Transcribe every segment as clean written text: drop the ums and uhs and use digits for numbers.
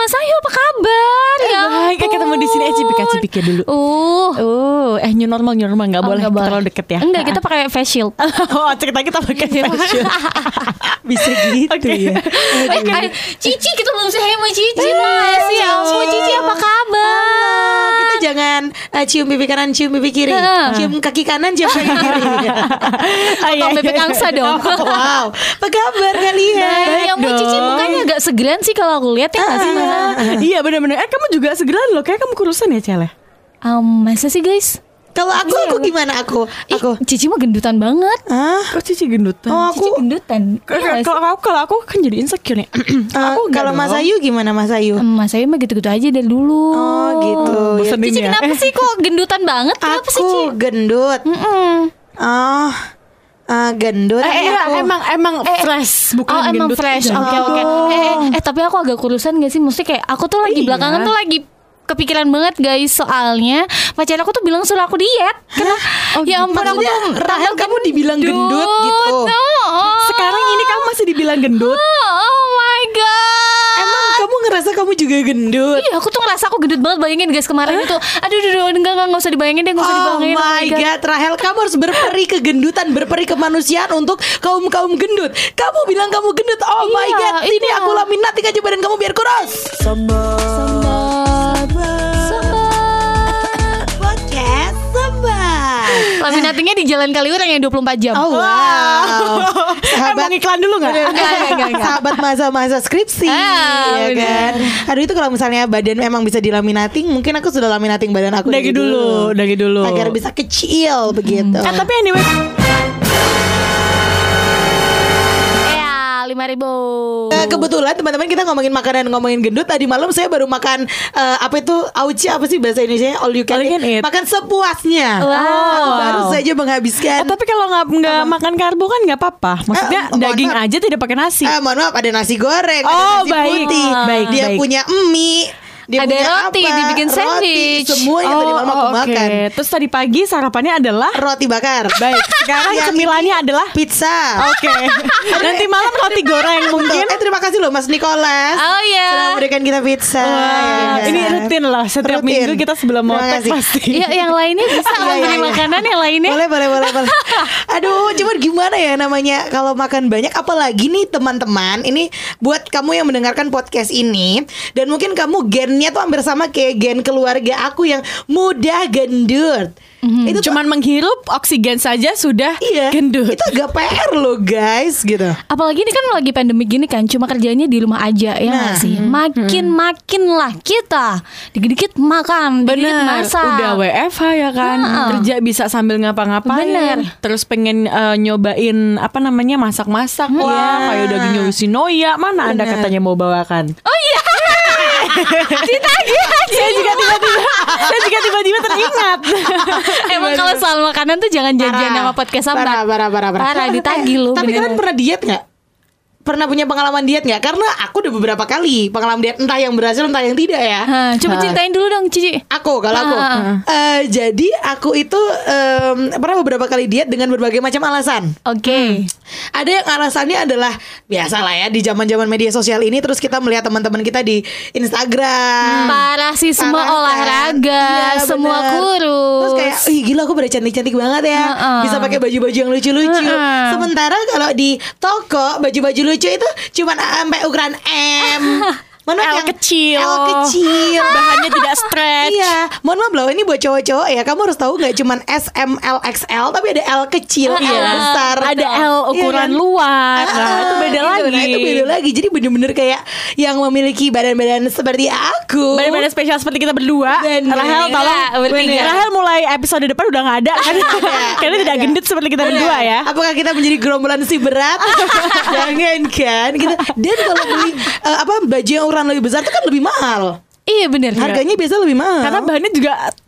Mas Ayu apa kabar? Ya baik, ketemu di sini cipika dulu. New normal nggak boleh terlalu deket ya. Enggak, kita pakai face shield. Oh, cerita kita pakai face shield. Bisa gitu ya. Cici, kita belum say sama Cici. Masih ya ampun, Cici apa kabar? Kita jangan cium pipi kanan, cium pipi kiri. Cium kaki kanan, cium kaki kiri. Potong bebek angsa dong. Wow, apa kabar kalian? Ya ampun, Cici mukanya agak segeran sih kalau aku lihat ya nggak sih Mas? Iya benar-benar. Kamu juga segeran loh. Kayak kamu kurusan ya Cele. Masa sih guys? Kalau aku gimana aku? Cici mah gendutan banget. Kok Cici gendutan? Oh, Cici gendutan. Kalau aku kan jadi insecure nih. Kalau Mas Ayu gimana Mas Ayu? Mas Ayu mah gitu-gitu aja dari dulu. Oh gitu. Cici kenapa sih kok gendutan banget? Kenapa sih Cici? Aku gendut. Gendut. Emang fresh, bukan emang gendut. fresh. Oke. Tapi aku agak kurusan gak sih? Mesti kayak aku tuh lagi belakangan tuh lagi kepikiran banget guys, soalnya pacar aku tuh bilang suruh aku diet. Ya ampun, aku tuh Rahel kamu dibilang gendut gitu. Sekarang ini kamu masih dibilang gendut. Oh my god. Emang kamu ngerasa kamu juga gendut? Iya, aku tuh ngerasa aku gendut banget. Bayangin guys, kemarin itu enggak usah dibayangin deh, enggak usah dibayangin. Oh my god, Rahel, kamu harus berperi kegendutan, berperi kemanusiaan untuk kaum gendut. Kamu bilang kamu gendut. Oh my god, ini aku laminating aja badan kamu biar kurus. Laminatingnya di Jalan Kaliurang yang 24 jam. Oh wow. Sahabat iklan dulu nggak? Enggak. Sahabat masa-masa skripsi, ya kan. Aduh, itu kalau misalnya badan emang bisa dilaminating, mungkin aku sudah laminating badan aku dari dulu. agar bisa kecil begitu. Tapi anyway, 5.000. Kebetulan teman-teman kita ngomongin makanan, ngomongin gendut. Tadi malam saya baru makan apa itu auci, apa sih bahasa Indonesia? All you can eat. Makan sepuasnya. Aku baru saja menghabiskan. tapi kalau nggak makan karbo kan nggak apa-apa. Maksudnya daging aja tidak pakai nasi. Mohon maaf, ada nasi goreng, Oh, ada nasi baik. putih. Baik, Dia baik. punya mie. Dia Ada punya roti, dibikin sandwich. Semua yang tadi malam aku makan. Terus tadi pagi sarapannya adalah Roti bakar. baik. Sekarang Yang cemilannya adalah pizza. Oke. Nanti malam roti goreng mungkin. Terima kasih loh Mas Nicholas. Oh iya. Sudah memberikan kita pizza. Ya, Ini rutin loh. Setiap Rutin. minggu kita sebelum mau Terima tag kasih. pasti. Iya, yang lainnya bisa beli makanan yang lainnya. Boleh. Aduh, cuman gimana ya namanya kalau makan banyak, apalagi nih teman-teman, ini buat kamu yang mendengarkan podcast ini dan mungkin kamu gennya tuh hampir sama kayak gen keluarga aku yang mudah gendut. Itu Cuman menghirup oksigen saja sudah gendut. Itu agak PR loh guys gitu. Apalagi ini kan lagi pandemi gini kan, cuma kerjanya di rumah aja ya nggak sih. Makin lah kita dikit-dikit makan, dikit masak. Udah WFH ya kan, kerja bisa sambil ngapa-ngapain. Bener. Terus pengen nyobain apa namanya masak-masak. Wah, kayak daging Yoshinoya. Mana Anda katanya mau bawakan? Oh iya. Ditagih aja. Saya juga tiba-tiba teringat. Emang kalau soal makanan tuh jangan janjian sama podcast sambat. Parah, ditagih lu. Tapi beneran. kalian pernah diet nggak? Pernah punya pengalaman diet nggak? Karena aku udah beberapa kali pengalaman diet, entah yang berhasil entah yang tidak ya. Coba ceritain dulu dong Cici. Aku jadi aku itu pernah beberapa kali diet dengan berbagai macam alasan. Oke. Ada yang alasannya adalah biasalah ya di zaman-zaman media sosial ini, terus kita melihat teman-teman kita di Instagram. Parah sih, semua Parah kan? olahraga, Iya, semua bener. kurus. Terus kayak, ih gila aku pada cantik-cantik banget ya. Bisa pakai baju-baju yang lucu-lucu. Sementara kalau di toko baju-baju lucu itu cuman sampai ukuran M. L kecil. Bahannya tidak stretch. Iya. Mohon maaf loh, ini buat cowok-cowok ya. Kamu harus tahu gak cuman S, M, L, XL, tapi ada L kecil, L besar, ada L ukuran luar. Nah, itu beda lagi. Nah, itu beda lagi. Jadi bener-bener kayak yang memiliki badan-badan seperti aku. Badan-badan spesial seperti kita berdua. Bener. Rahel tolong bertiga. Rahel mulai episode depan udah gak ada karena tidak gendut seperti kita berdua ya. Apakah kita menjadi gerombolan si berat? Jangan kan kita. Dan kalau beli baju yang ukuran lebih besar itu kan lebih mahal. Iya bener. Harganya biasa lebih mahal. Karena bahannya juga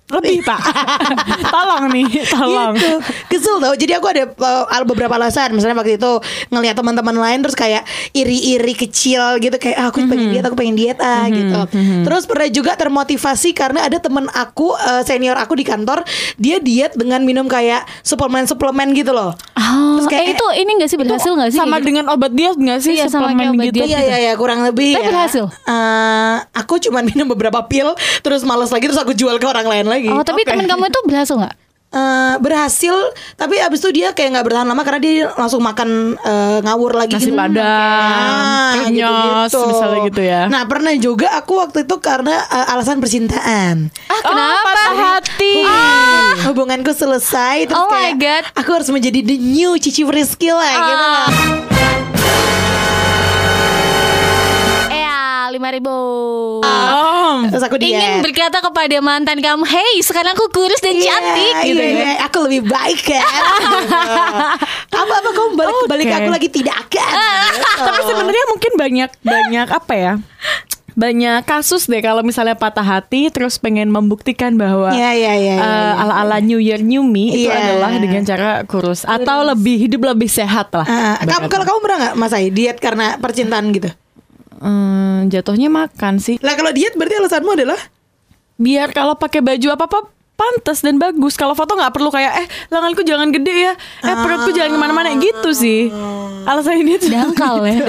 Lebih tak. Tolong nih, tolong. Gitu. Kesel tau. Jadi aku ada beberapa alasan. Misalnya waktu itu ngelihat teman-teman lain terus kayak iri-iri kecil gitu, kayak aku pengen diet gitu. Terus pernah juga termotivasi karena ada temen aku, senior aku di kantor, dia diet dengan minum kayak suplemen gitu loh. Terus kayak itu ini nggak sih, berhasil nggak sih? Sama dengan obat diet nggak sih? Iya, sama kayak obat diet. Iya, kurang lebih. Tapi berhasil? Aku cuma minum beberapa pil, terus malas lagi, terus aku jual ke orang lain lagi. Oh, tapi temen kamu itu berhasil nggak? Berhasil, tapi abis itu dia kayak nggak bertahan lama karena dia langsung makan ngawur lagi Nasi gitu. Padang, nyos, misalnya gitu ya. Nah pernah juga aku waktu itu karena alasan percintaan. Kenapa? Patah hati. Hubunganku selesai, terus Oh my kayak God. aku harus menjadi the new Cici Friski lah gitu lah. 5.000. Terus aku diet. Ingin berkata kepada mantan kamu, hey sekarang aku kurus dan cantik gitu ya. Iya, aku lebih baik kan. Apa kamu balik aku lagi tidak akan. Tapi sebenarnya mungkin banyak apa ya? Banyak kasus deh kalau misalnya patah hati terus pengen membuktikan bahwa ala-ala New Year New Me itu adalah dengan cara kurus atau hidup lebih sehat lah. Kalau kamu pernah nggak Mas Ai diet karena percintaan gitu? Jatuhnya makan sih. Lah kalau diet berarti alasanmu adalah biar kalau pakai baju apa-apa pantas dan bagus. Kalau foto nggak perlu kayak lenganku jangan gede ya, perutku jangan kemana-mana gitu sih. Alasan ini tuh Dangkal ya.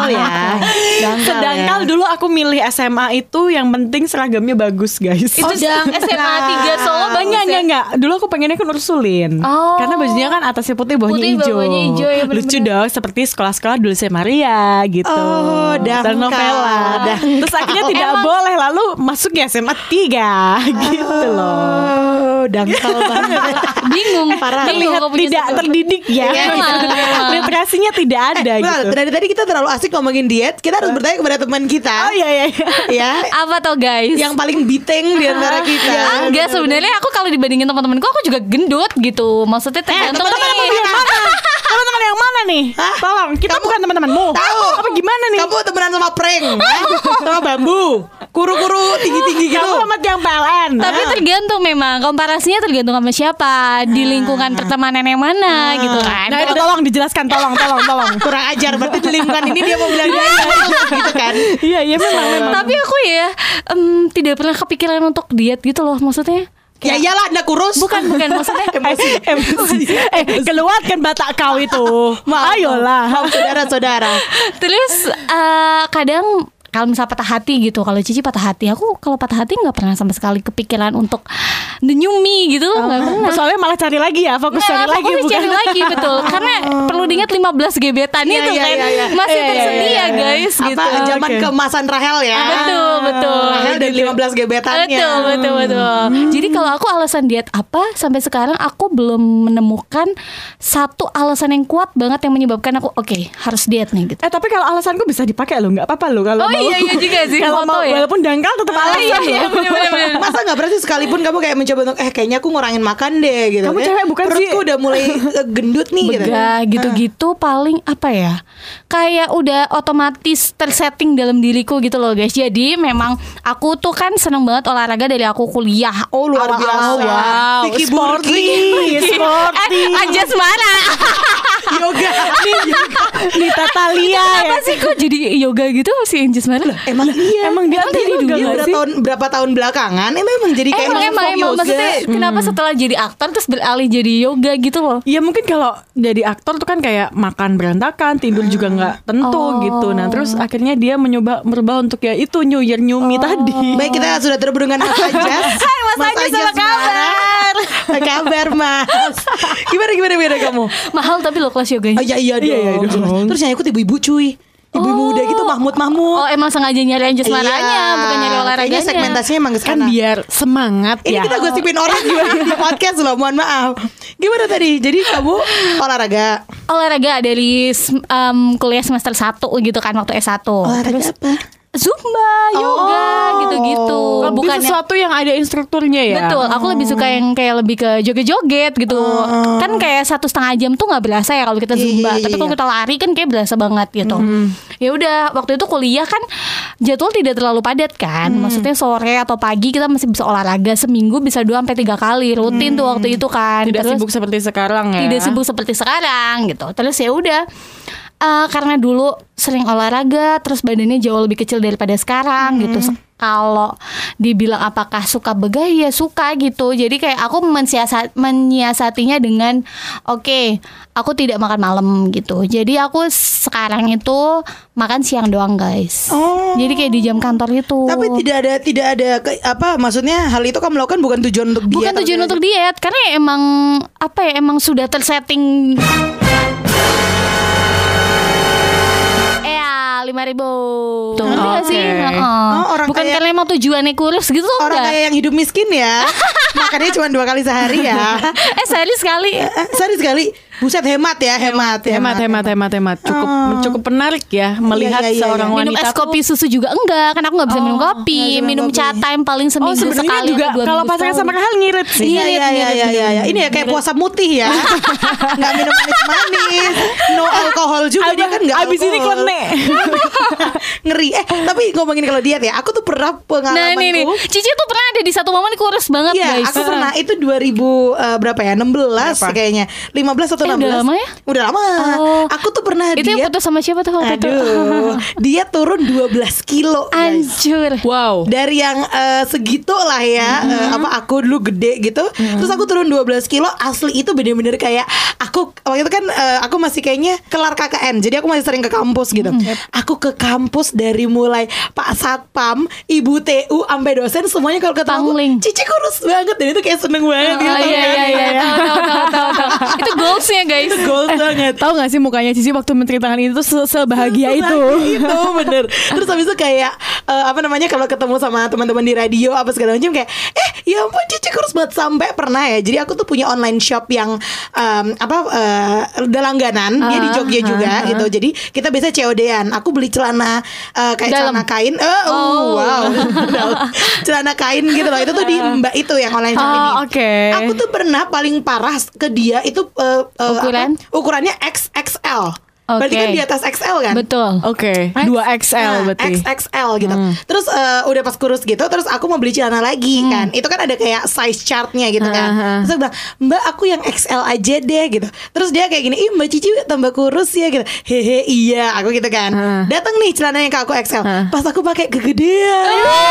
Sedangkan dulu aku milih SMA itu yang penting seragamnya bagus guys. Itu SMA 3 Solo bagus ya? Enggak. Dulu aku pengennya kan Ursulin. Karena bajunya kan atasnya putih, bawahnya hijau. Ya, lucu dong, seperti sekolah-sekolah dulu saya Maria gitu. Dan novela. Terus akhirnya tidak boleh, lalu masuk ya SMA 3 gitu loh. Dangkal banget. Bingung. Terlihat tidak terdidik ya. Literasinya tidak ada gitu. Dari tadi kita terlalu asik ngomongin diet, kita harus bertanya kepada teman kita. Oh iya. Ya. Apa tuh guys? Yang paling biteng di antara kita. Enggak, sebenarnya aku kalau dibandingin teman-temanku aku juga gendut gitu. Maksudnya tergantung teman-temanmu yang mana? Teman-teman yang mana nih? Tolong, kita bukan teman-temanmu. Tahu. Apa gimana nih? Kamu temenan sama prank, sama bambu, kuru-kuru tinggi-tinggi gitu. Kamu sama tiang PLN. Tapi tergantung memang, komparasinya tergantung sama siapa, di lingkungan pertemanan yang mana gitu kan. Nah itu tolong dijelaskan, tolong. Kurang ajar, berarti di lingkungan ini dia mau bilang gitu kan. Iya memang. Tapi aku ya tidak pernah kepikiran untuk diet gitu loh, maksudnya. Ya iyalah Anda kurus. Bukan maksudnya Emosi. Keluarkan batak kau itu. Ayolah. Maaf saudara-saudara. Terus kadang kalau misalnya patah hati gitu, kalau Cici patah hati, aku kalau patah hati nggak pernah sama sekali kepikiran untuk the new me gitu, nggak pernah. Soalnya malah cari lagi ya, fokus cari lagi, betul. Karena perlu diingat 15 gebetan itu kan masih tersedia guys gitu. Zaman keemasan Rahel ya. Betul. Rahel dan 15 gebetannya. Betul. Jadi kalau aku alasan diet apa, sampai sekarang aku belum menemukan satu alasan yang kuat banget yang menyebabkan aku harus diet nih gitu. Tapi kalau alasanku bisa dipakai loh, nggak apa-apa loh kalau iya juga sih. Kalau mau ya. walaupun dangkal tetap alasan iya, bener. Masa nggak berarti sekalipun kamu kayak mencoba untuk kayaknya aku ngurangin makan deh gitu. Kamu cewek bukan sih? Perutku udah mulai gendut nih gitu paling apa ya? Kayak udah otomatis tersetting dalam diriku gitu loh guys. Jadi memang aku tuh kan seneng banget olahraga dari aku kuliah. Oh luar biasa. Wow. Vicky Sporty. Anjas mana? Yoga. Nita Talia ya. Apa sih kok jadi yoga gitu si Anjas mana? Emang iya. Emang dia juga berapa tahun belakangan emang jadi kayak emang maksudnya kenapa setelah jadi aktor terus beralih jadi yoga gitu loh? Ya mungkin kalau jadi aktor tuh kan kayak makan berantakan, tidur juga nggak tentu gitu. Nah terus akhirnya dia merubah untuk ya itu New Year New Me tadi. Baik, kita sudah terhubung dengan Mas Anjas. Hai Mas Anjas, apa kabar? Apa kabar Mas? Gimana kamu? Mahal tapi lo kelas yoganya. Iya dong. Terus yang ikut ibu-ibu cuy. Ibu muda gitu Mahmud. Oh emang sengaja nyari Anjas marahnya, bukan nyari olahraganya. Kayaknya segmentasinya emang kan biar semangat ya. Ini kita gosipin orang gimana di podcast loh, mohon maaf. Gimana tadi? Jadi kamu olahraga dari kuliah semester 1 gitu kan waktu S1. Olahraga terus, apa? Zumba, yoga, gitu-gitu. Bukan sesuatu yang ada instrukturnya ya. Betul, aku lebih suka yang kayak lebih ke joget-joget gitu. Kan kayak 1,5 jam tuh nggak berasa ya kalau kita Zumba. Tapi kalau kita lari kan kayak berasa banget gitu. Ya udah, waktu itu kuliah kan jadwal tidak terlalu padat kan. Maksudnya sore atau pagi kita masih bisa olahraga, seminggu bisa 2-3 kali rutin tuh waktu itu kan. Tidak sibuk seperti sekarang ya. Tidak sibuk seperti sekarang gitu. Terus ya udah. Karena dulu sering olahraga, terus badannya jauh lebih kecil daripada sekarang gitu. Kalau dibilang apakah suka begaya, suka gitu. Jadi kayak aku menyiasatinya dengan oke, aku tidak makan malam gitu. Jadi aku sekarang itu makan siang doang guys. Jadi kayak di jam kantor itu. Tapi tidak ada maksudnya hal itu kamu lakukan bukan tujuan untuk diet. Bukan tujuan untuk diet, karena emang sudah tersetting. 5.000 tuh enggak sih? Bukan karena emang tujuannya kurus gitu. Orang kayak yang hidup miskin ya. Makannya cuma 2 kali sehari ya. Sehari sekali. Sehari sekali. Buset, hemat ya, hemat. Cukup menarik ya melihat seorang wanita. Minum es kopi susu juga enggak, karena aku nggak bisa minum kopi. Minum chat time paling seminggu sekali juga. Kalau pasangan sama Rahel ngirit sih. Iya. Ini ya kayak puasa mutih ya. Nggak minum manis-manis, no alkohol juga dia kan nggak. Abis ini klene. Ngeri. Tapi ngomongin kalau diet ya, aku tuh pernah pengalamanku. Nah nih, Cici tuh pernah ada di satu momen kurus banget guys. Aku pernah, itu 2000 berapa ya? 16 kayaknya. 15 atau 16. Udah lama ya? Udah lama. Aku tuh pernah itu diet. Itu yang putus sama siapa tuh waktu itu? Dia turun 12 kilo guys. Anjur. Wow. Dari yang segitu lah ya. Aku dulu gede gitu. Terus aku turun 12 kilo. Asli itu bener-bener kayak aku waktu itu kan aku masih kayaknya kelar KKN. Jadi aku masih sering ke kampus gitu. Aku ke kampus dari mulai Pak Satpam, Ibu TU, sampai dosen semuanya kalau ketemu Cici kurus banget. Dan itu kayak seneng banget gitu. Iya. Tahu. Itu goalsnya guys. Itu goals banget. Tahu gak sih mukanya Cici waktu menceritakan itu sebahagia itu. Itu bener. Terus habis itu kayak kalau ketemu sama teman-teman di radio apa segala macam kayak ya ampun Cici kurus banget. Sampai pernah ya. Jadi aku tuh punya online shop yang udah langganan. Dia di Jogja juga gitu. Jadi kita biasa COD-an. Aku beli celana kayak celana kain. Wow. Celana kain gitu loh. Itu tuh di Mbak itu yang online shop ini. Aku tuh pernah paling parah ke dia itu ukurannya XXL. Berarti kan di atas XL kan? Betul. 2XL berarti. XXL gitu. Terus udah pas kurus gitu, terus aku mau beli celana lagi kan. Itu kan ada kayak size chartnya gitu kan. Terus aku bilang, Mbak aku yang XL aja deh gitu. Terus dia kayak gini, Mbak Cici tambah kurus ya gitu. Hehe iya, aku gitu kan. Datang nih celananya ke aku XL. Pas aku pakai kegedean.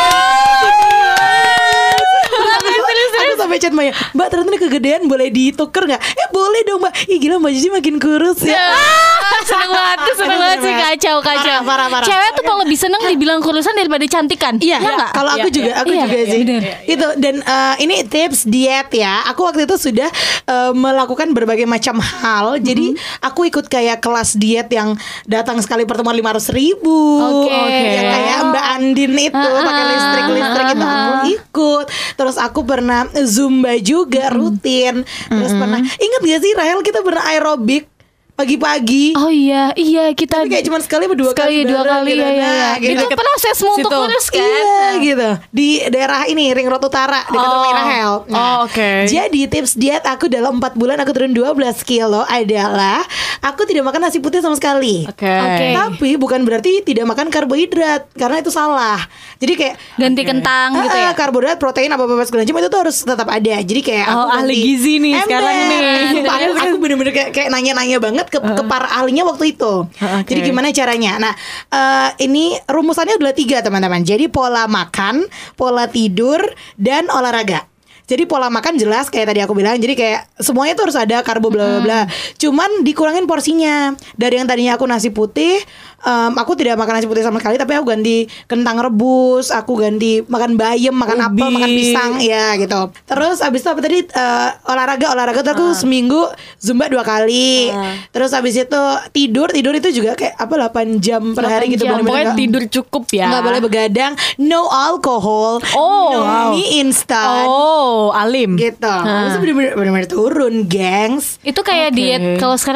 Aku sampai chat Mbak ternyata ini kegedean, boleh dituker gak? Boleh dong Mbak. Ih gila Mbak Cici makin kurus ya. Seneng banget sih, kacau. Parah. Cewek tuh kalau lebih seneng dibilang kurusan daripada cantikan. Iya gak? Kalau aku juga sih. Itu dan ini tips diet ya. Aku waktu itu sudah melakukan berbagai macam hal. Jadi aku ikut kayak kelas diet yang datang sekali pertemuan 500.000. Yang kayak Mbak Andin itu pakai listrik itu aku ikut. Terus aku pernah Zumba juga rutin. Terus pernah, ingat gak sih Rahel kita pernah aerobik pagi-pagi. Oh iya kita. Tapi kayak cuma sekali atau 2 kali. Gitu. Itu prosesmu untuk kurus kan? Iya gitu. Di daerah ini Ring Road Utara dekat rumah Rahel. Jadi tips diet aku dalam 4 bulan aku turun 12 kilo adalah aku tidak makan nasi putih sama sekali. Tapi bukan berarti tidak makan karbohidrat, karena itu salah. Jadi kayak ganti kentang gitu ya. Karbohidrat, protein apa segala macam itu tuh harus tetap ada. Jadi kayak aku ahli gizi nih sekarang nih. Aku bener-bener kayak nanya-nanya banget ke para ahlinya waktu itu. Jadi gimana caranya? Nah, ini rumusannya adalah 3 teman-teman. Jadi pola makan, pola tidur, dan olahraga. Jadi pola makan jelas kayak tadi aku bilang. Jadi kayak semuanya tuh harus ada karbo bla bla bla. Cuman dikurangin porsinya. Dari yang tadinya aku nasi putih, aku tidak makan nasi putih sama sekali, tapi aku ganti kentang rebus, aku ganti makan bayam, makan apel, makan pisang ya gitu. Terus abis itu apa tadi, olahraga tuh aku seminggu Zumba 2 kali. Terus abis itu tidur itu juga kayak 8 jam per hari gitu. Pokoknya tidur cukup ya. Nggak boleh begadang, no alcohol, no mie instan. Alim gitu. Terus bener-bener turun, gengs. Itu kayak diet. Kalau sekarang tuh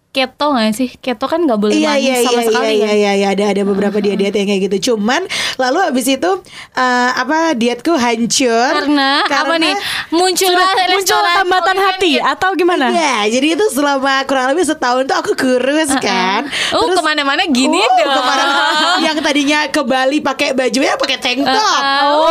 keto nggak sih? Keto kan nggak boleh manis sama sekali kan? Iya, ada beberapa diet yang kayak gitu. Cuman lalu habis itu dietku hancur karena apa nih? Muncul tambatan hati atau gimana? Iya, jadi itu selama kurang lebih setahun tuh aku kurus kan. Terus kemana-mana gini dong. Yang tadinya ke Bali pakai bajunya pakai tank top.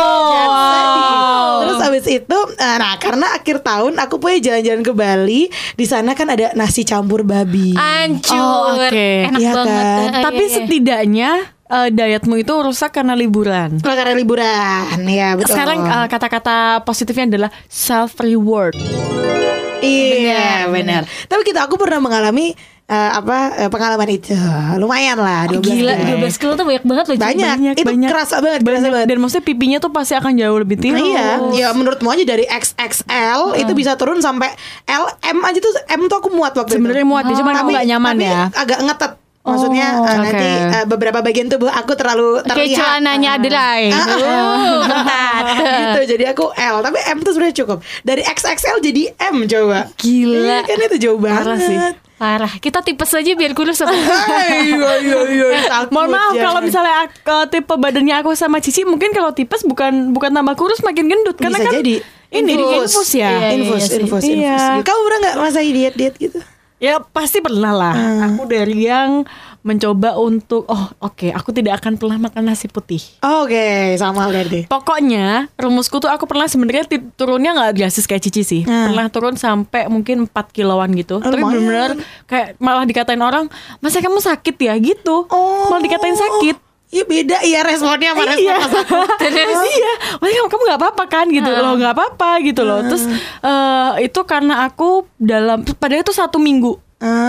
Terus habis itu, nah karena akhir tahun aku punya jalan-jalan ke Bali, di sana kan ada nasi campur babi. Hancur, enak iya banget. kan? Tapi setidaknya dietmu itu rusak karena liburan. Karena liburan, ya betul. Sekarang kata-kata positifnya adalah self reward. Iya benar. Tapi aku pernah mengalami pengalaman itu. Lumayan lah 12 Gila, kilo. 12 kilo tuh banyak banget loh. Banyak. Itu kerasa banget. Dan maksudnya pipinya tuh pasti akan jauh lebih tinggi. Iya, menurutmu aja dari XXL itu bisa turun sampai LM aja tuh. M tuh aku muat waktu sebenarnya itu. muat, cuma aku nggak nyaman tapi ya. agak ngetet. Maksudnya nanti beberapa bagian tubuh aku terlalu terlihat. Kayak celananya Adrai. Ketat. Gitu, jadi aku L. Tapi M tuh sebenarnya cukup. Dari XXL jadi M coba. Gila. Kan itu jauh banget sih. Parah. Kita tipes aja biar kurus apa? Iya. Mohon maaf kalau misalnya tipe badannya aku sama Cici, mungkin kalau tipes bukan tambah kurus makin gendut. Karena bisa kan jadi. Ini infus ya. Infus. Iya. Kamu pernah nggak masa diet gitu? Ya pasti pernah lah. Aku dari yang mencoba untuk aku tidak akan pernah makan nasi putih. Oke, sama berarti. Pokoknya rumusku tuh aku pernah sebenarnya turunnya nggak drastis kayak Cici sih. Pernah turun sampai mungkin 4 kiloan gitu. Tapi benar-benar kayak malah dikatain orang, "Masa kamu sakit ya?" gitu. Malah dikatain sakit. Iya beda ya responnya sama respon pas aku. Iya, makanya kamu nggak apa-apa kan gitu loh, nggak apa-apa gitu loh. Terus itu karena aku padahal itu 1 minggu.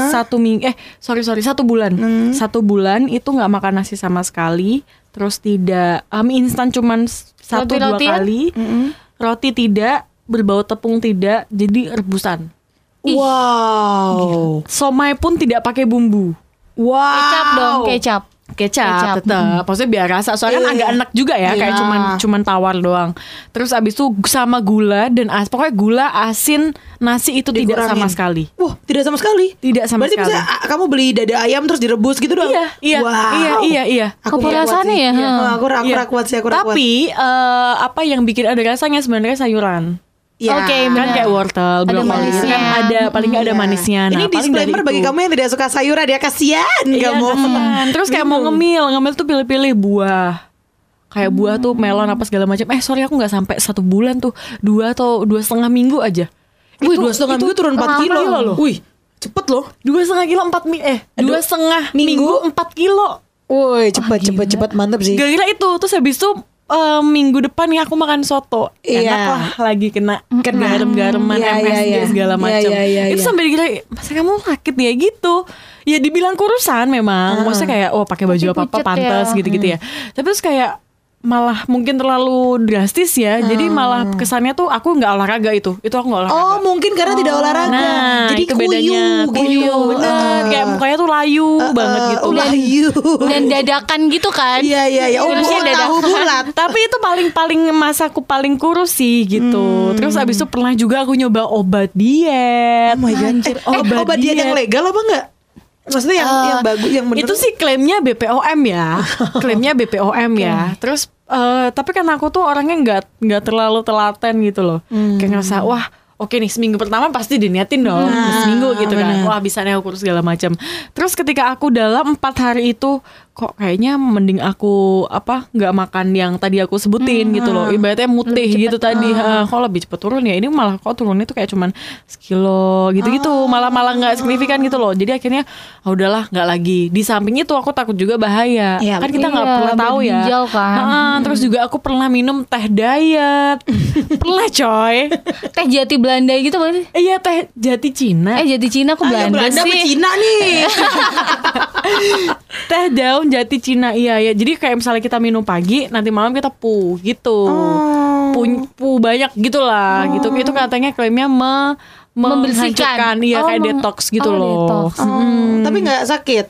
1 bulan. 1 bulan itu nggak makan nasi sama sekali. Terus tidak mie instan cuman 1-2 kali. Roti tidak, berbau tepung tidak, jadi rebusan. Wow. Somai pun tidak pakai bumbu. Wow. Kecap dong, Kecap tetap. Maksudnya biar rasa. Soalnya kan agak enak juga ya, kayak cuman tawar doang. Terus abis itu sama gula dan pokoknya gula, asin, nasi itu tidak sama sekali. Wah, tidak sama sekali. Tidak sama Berarti sekali. Berarti kamu beli dada ayam terus direbus gitu doang? Iya. Wow. Iya. Aku rasanya ya. Aku kuat sih. Tapi apa yang bikin ada rasanya sebenarnya sayuran. Ya, Oke, kan kayak wortel, brokoli kan ada paling nggak ada manisnya. Ini disclaimer bagi kamu yang tidak suka sayuran ya, kasihan kamu. Terus kayak mau ngemil tuh pilih-pilih buah. Kayak buah tuh melon apa segala macam. Sorry aku nggak sampai 1 bulan tuh, 2 atau 2,5 minggu aja. Wih, 2,5 minggu turun 4 kilo loh. Wih, cepet loh. 2,5 kilo 2,5 minggu 4 kilo. Woi, cepet mantap sih. Gara-gara itu terus habis itu minggu depan nih aku makan soto. Enak lah, lagi kena garam-garaman, MSG segala macam. Itu sampai dikira, "Masa kamu sakit ya?" gitu. Ya dibilang kurusan memang. Maksudnya kayak pakai baju apa-apa pantas gitu-gitu ya. Tapi terus kayak malah mungkin terlalu drastis ya. Jadi malah kesannya tuh aku nggak olahraga itu aku nggak olahraga. Oh mungkin karena tidak olahraga. Nah jadi itu bedanya. Kuyu bener. Kayak mukanya tuh layu banget gitu. Layu. Dan dadakan gitu kan. Iya. Tahu bulat. Tapi itu paling masaku paling kurus sih gitu. Terus abis itu pernah juga aku nyoba obat diet. Oh my god. Obat diet yang legal apa enggak? Maksudnya yang bagus, yang bener. Itu sih klaimnya BPOM ya. Terus tapi kan aku tuh orangnya nggak terlalu telaten gitu loh. Kayak ngerasa wah oke nih seminggu pertama pasti diniatin dong. Seminggu gitu kan. Wah bisa nih aku kurus segala macam. Terus ketika aku dalam 4 hari itu kok kayaknya mending aku nggak makan yang tadi aku sebutin gitu loh. Ibaratnya mutih gitu tadi. Kok lebih cepet turun ya. Ini malah kok turunnya tuh kayak cuman sekilo gitu-gitu. Malah nggak signifikan gitu loh. Jadi akhirnya udahlah nggak lagi. Di samping itu aku takut juga bahaya. Ya, kan kita nggak pernah tahu ya. Kan. Terus juga aku pernah minum teh diet. Pernah coy. Teh jati Belanda gitu kan? Iya teh jati Cina. Jati Cina aku Belanda sih. Belanda Cina nih. Teh daun jati Cina iya. Jadi kayak misalnya kita minum pagi, nanti malam kita gitu. Pu banyak gitulah gitu. Itu katanya klaimnya membersihkan. Iya kayak detox gitu loh. Detox. Tapi nggak sakit.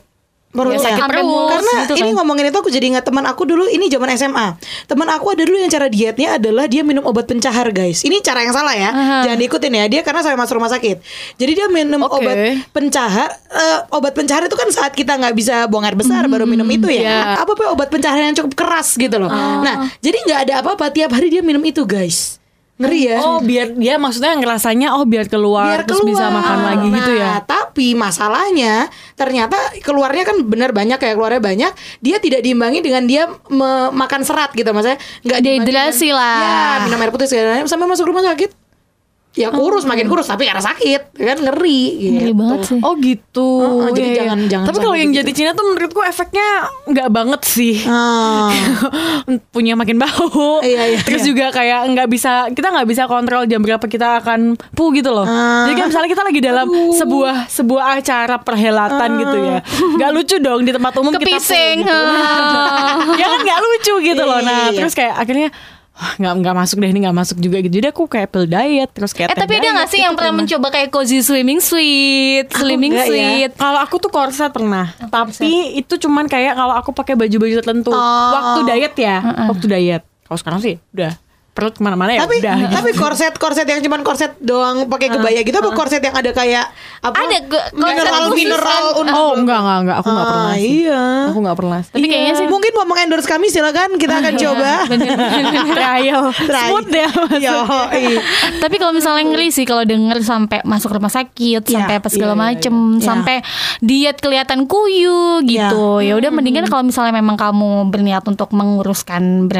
Perut ya, sakit perut. Karena gitu ini kan. ngomongin itu aku jadi ingat teman aku dulu, ini zaman SMA. Teman aku ada dulu yang cara dietnya adalah dia minum obat pencahar, guys. Ini cara yang salah ya. Jangan diikutin ya. Dia karena sampai masuk rumah sakit. Jadi dia minum obat pencahar. Obat pencahar itu kan saat kita nggak bisa buang air besar baru minum itu ya. Apa obat pencahar yang cukup keras gitu loh. Nah, jadi nggak ada apa-apa tiap hari dia minum itu, guys. Ngeri ya. Oh, biar dia maksudnya ngerasanya biar keluar terus bisa makan lagi gitu ya. Tapi masalahnya ternyata keluarnya kan benar banyak ya, keluarnya banyak. Dia tidak diimbangi dengan dia makan serat gitu, maksudnya nggak dehidrasi lah. Ya, minum air putih segala sampai masuk rumah sakit. Ya kurus, makin kurus tapi karena sakit, kan ngeri gitu. Ngeri banget sih. Oh gitu. Jadi jangan Tapi kalau yang jadi Cina tuh menurutku efeknya nggak banget sih. Punya makin bau. Terus juga kayak kita nggak bisa kontrol jam berapa kita akan gitu loh. Jadi kan misalnya kita lagi dalam sebuah acara perhelatan gitu ya. Nggak lucu dong di tempat umum kepising. kita gitu. Ya kan nggak lucu gitu loh. Nah terus kayak akhirnya nggak masuk deh, ini nggak masuk juga gitu. Jadi aku kayak pill diet terus kayak tapi ada nggak sih yang pernah mencoba kayak cozy swimming suite, slimming suite? Kalau aku tuh korset pernah, tapi itu cuman kayak kalau aku pakai baju-baju tertentu waktu diet ya, waktu diet. Kalau sekarang sih udah perut kemana-mana ya udah. Tapi korset yang cuman korset doang pakai kebaya gitu, apa korset yang ada kayak apa? Ada mineral. Oh enggak, aku nggak pernah. Iya. Aku nggak pernah. Tapi kayaknya sih mungkin mau endorse kami silakan, kita akan coba. Trial. Smooth deh. Tapi kalau misalnya ngeri sih kalau denger sampai masuk rumah sakit, sampai apa segala macem, sampai diet kelihatan kuyu gitu. Ya udah mendingan kalau misalnya memang kamu berniat untuk menguruskan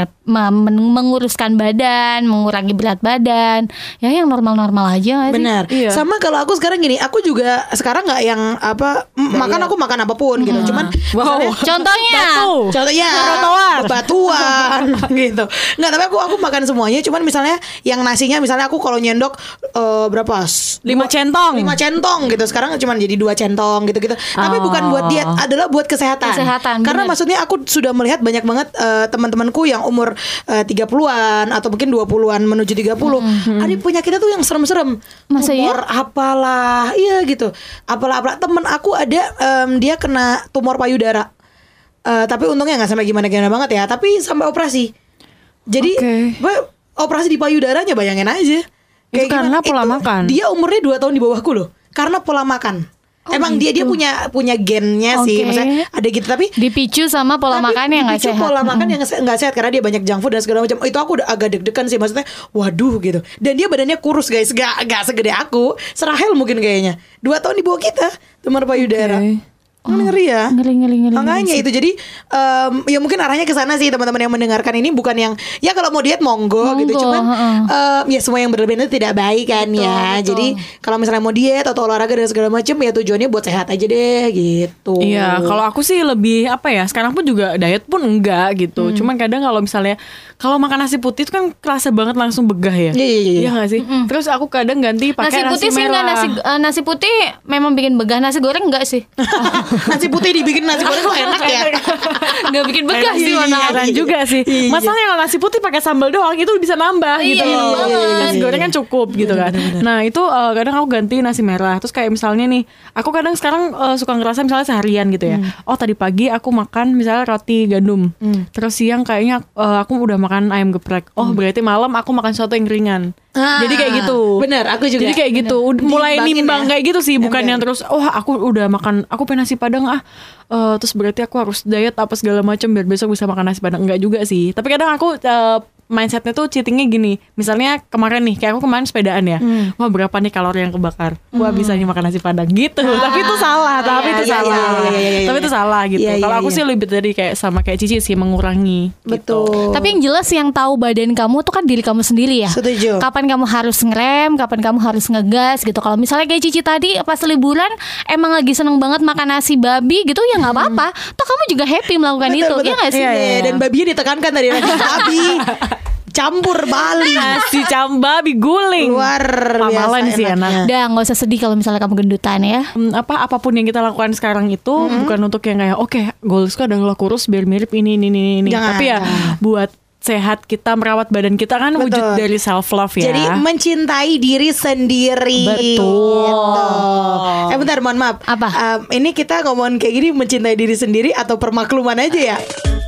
badan, mengurangi berat badan, ya yang normal-normal aja. Benar. Sama kalau aku sekarang gini, aku juga sekarang nggak yang aku makan apapun gitu. Cuman contohnya batuan gitu. Nggak, tapi aku makan semuanya. Cuman misalnya yang nasinya, misalnya aku kalau nyendok berapa? 5 centong gitu. Sekarang cuman jadi 2 centong gitu. Tapi bukan buat diet, adalah buat kesehatan. Karena maksudnya aku sudah melihat banyak banget teman-temanku yang umur 30-an atau mungkin 20-an menuju 30. Ada penyakitnya tuh yang serem-serem. Tumor apalah, iya gitu. Apalah temen aku ada dia kena tumor payudara. Tapi untungnya nggak sampai gimana banget ya. Tapi sampai operasi. Jadi operasi di payudaranya, bayangin aja. Itu karena pola makan. Dia umurnya 2 tahun di bawahku loh. Karena pola makan. Emang dia punya gennya sih, maksudnya ada gitu, tapi dipicu sama pola makan yang nggak sehat. Pola makan yang nggak sehat karena dia banyak junk food dan segala macam. Itu aku udah agak deg-degan sih, maksudnya waduh gitu. Dan dia badannya kurus guys, gak segede aku, serahel mungkin kayaknya. 2 tahun di bawah kita, tumor payudara. Ngeri ya. Ngeri. Makanya itu jadi ya mungkin arahnya ke sana sih teman-teman yang mendengarkan ini, bukan yang ya kalau mau diet monggo gitu, cuman ya semua yang berlebihan itu tidak baik kan. Betul. Jadi kalau misalnya mau diet atau olahraga dan segala macam ya tujuannya buat sehat aja deh gitu. Iya, kalau aku sih lebih sekarang pun juga diet pun enggak gitu. Cuman kadang kalau misalnya kalau makan nasi putih itu kan kerasa banget langsung begah ya. Iya nggak sih? Terus aku kadang ganti pakai nasi putih merah. Nasi putih memang bikin begah, nasi goreng enggak sih? Nasi putih dibikin nasi goreng kok enak ya. Nggak bikin begah sih, warna juga sih. Masalahnya kalau nasi putih pakai sambal doang itu bisa nambah gitu loh. Nasi goreng kan cukup gitu kan. Nah itu kadang aku ganti nasi merah. Terus kayak misalnya nih, aku kadang sekarang suka ngerasa misalnya seharian gitu ya. Oh tadi pagi aku makan misalnya roti gandum. Terus siang kayaknya aku udah makan ayam geprek. Oh berarti malam aku makan sesuatu yang ringan. Jadi kayak gitu. Bener, aku juga. Jadi kayak gitu. Mulai nimbang kayak gitu sih, bukan yang terus aku udah makan, aku pengen nasi padang terus berarti aku harus diet apa segala macam biar besok bisa makan nasi padang. Enggak juga sih. Tapi kadang aku mindsetnya tuh cheatingnya gini. Misalnya kemarin nih, kayak aku kemarin sepedaan ya. Wah berapa nih kalori yang kebakar? Wah bisa nih makan nasi padang gitu. Tapi itu salah. Tapi itu salah gitu. Kalau aku sih lebih tadi kayak sama kayak Cici sih, mengurangi. Betul. Gitu. Tapi yang jelas yang tahu badan kamu tuh kan diri kamu sendiri ya. Setuju. Kapan kamu harus ngerem, kapan kamu harus ngegas gitu. Kalau misalnya kayak Cici tadi pas liburan emang lagi seneng banget makan nasi babi gitu, ya nggak apa-apa. Toh kamu juga happy melakukan itu, ya nggak sih? Dan babinya ditekankan tadi, nasi babi campur Bali, nasi babi guling, luar biasa sih enak. Udah nggak usah sedih kalau misalnya kamu gendutan ya. Apapun yang kita lakukan sekarang itu bukan untuk yang kayak goalsku adalah kurus biar mirip ini. Jangan, tapi ya buat sehat kita, merawat badan kita kan Betul. wujud dari self love ya. Jadi mencintai diri sendiri. Betul. Gitu. Bentar, mohon maaf. Apa? Ini kita ngomongin kayak gini mencintai diri sendiri atau permakluman aja ya?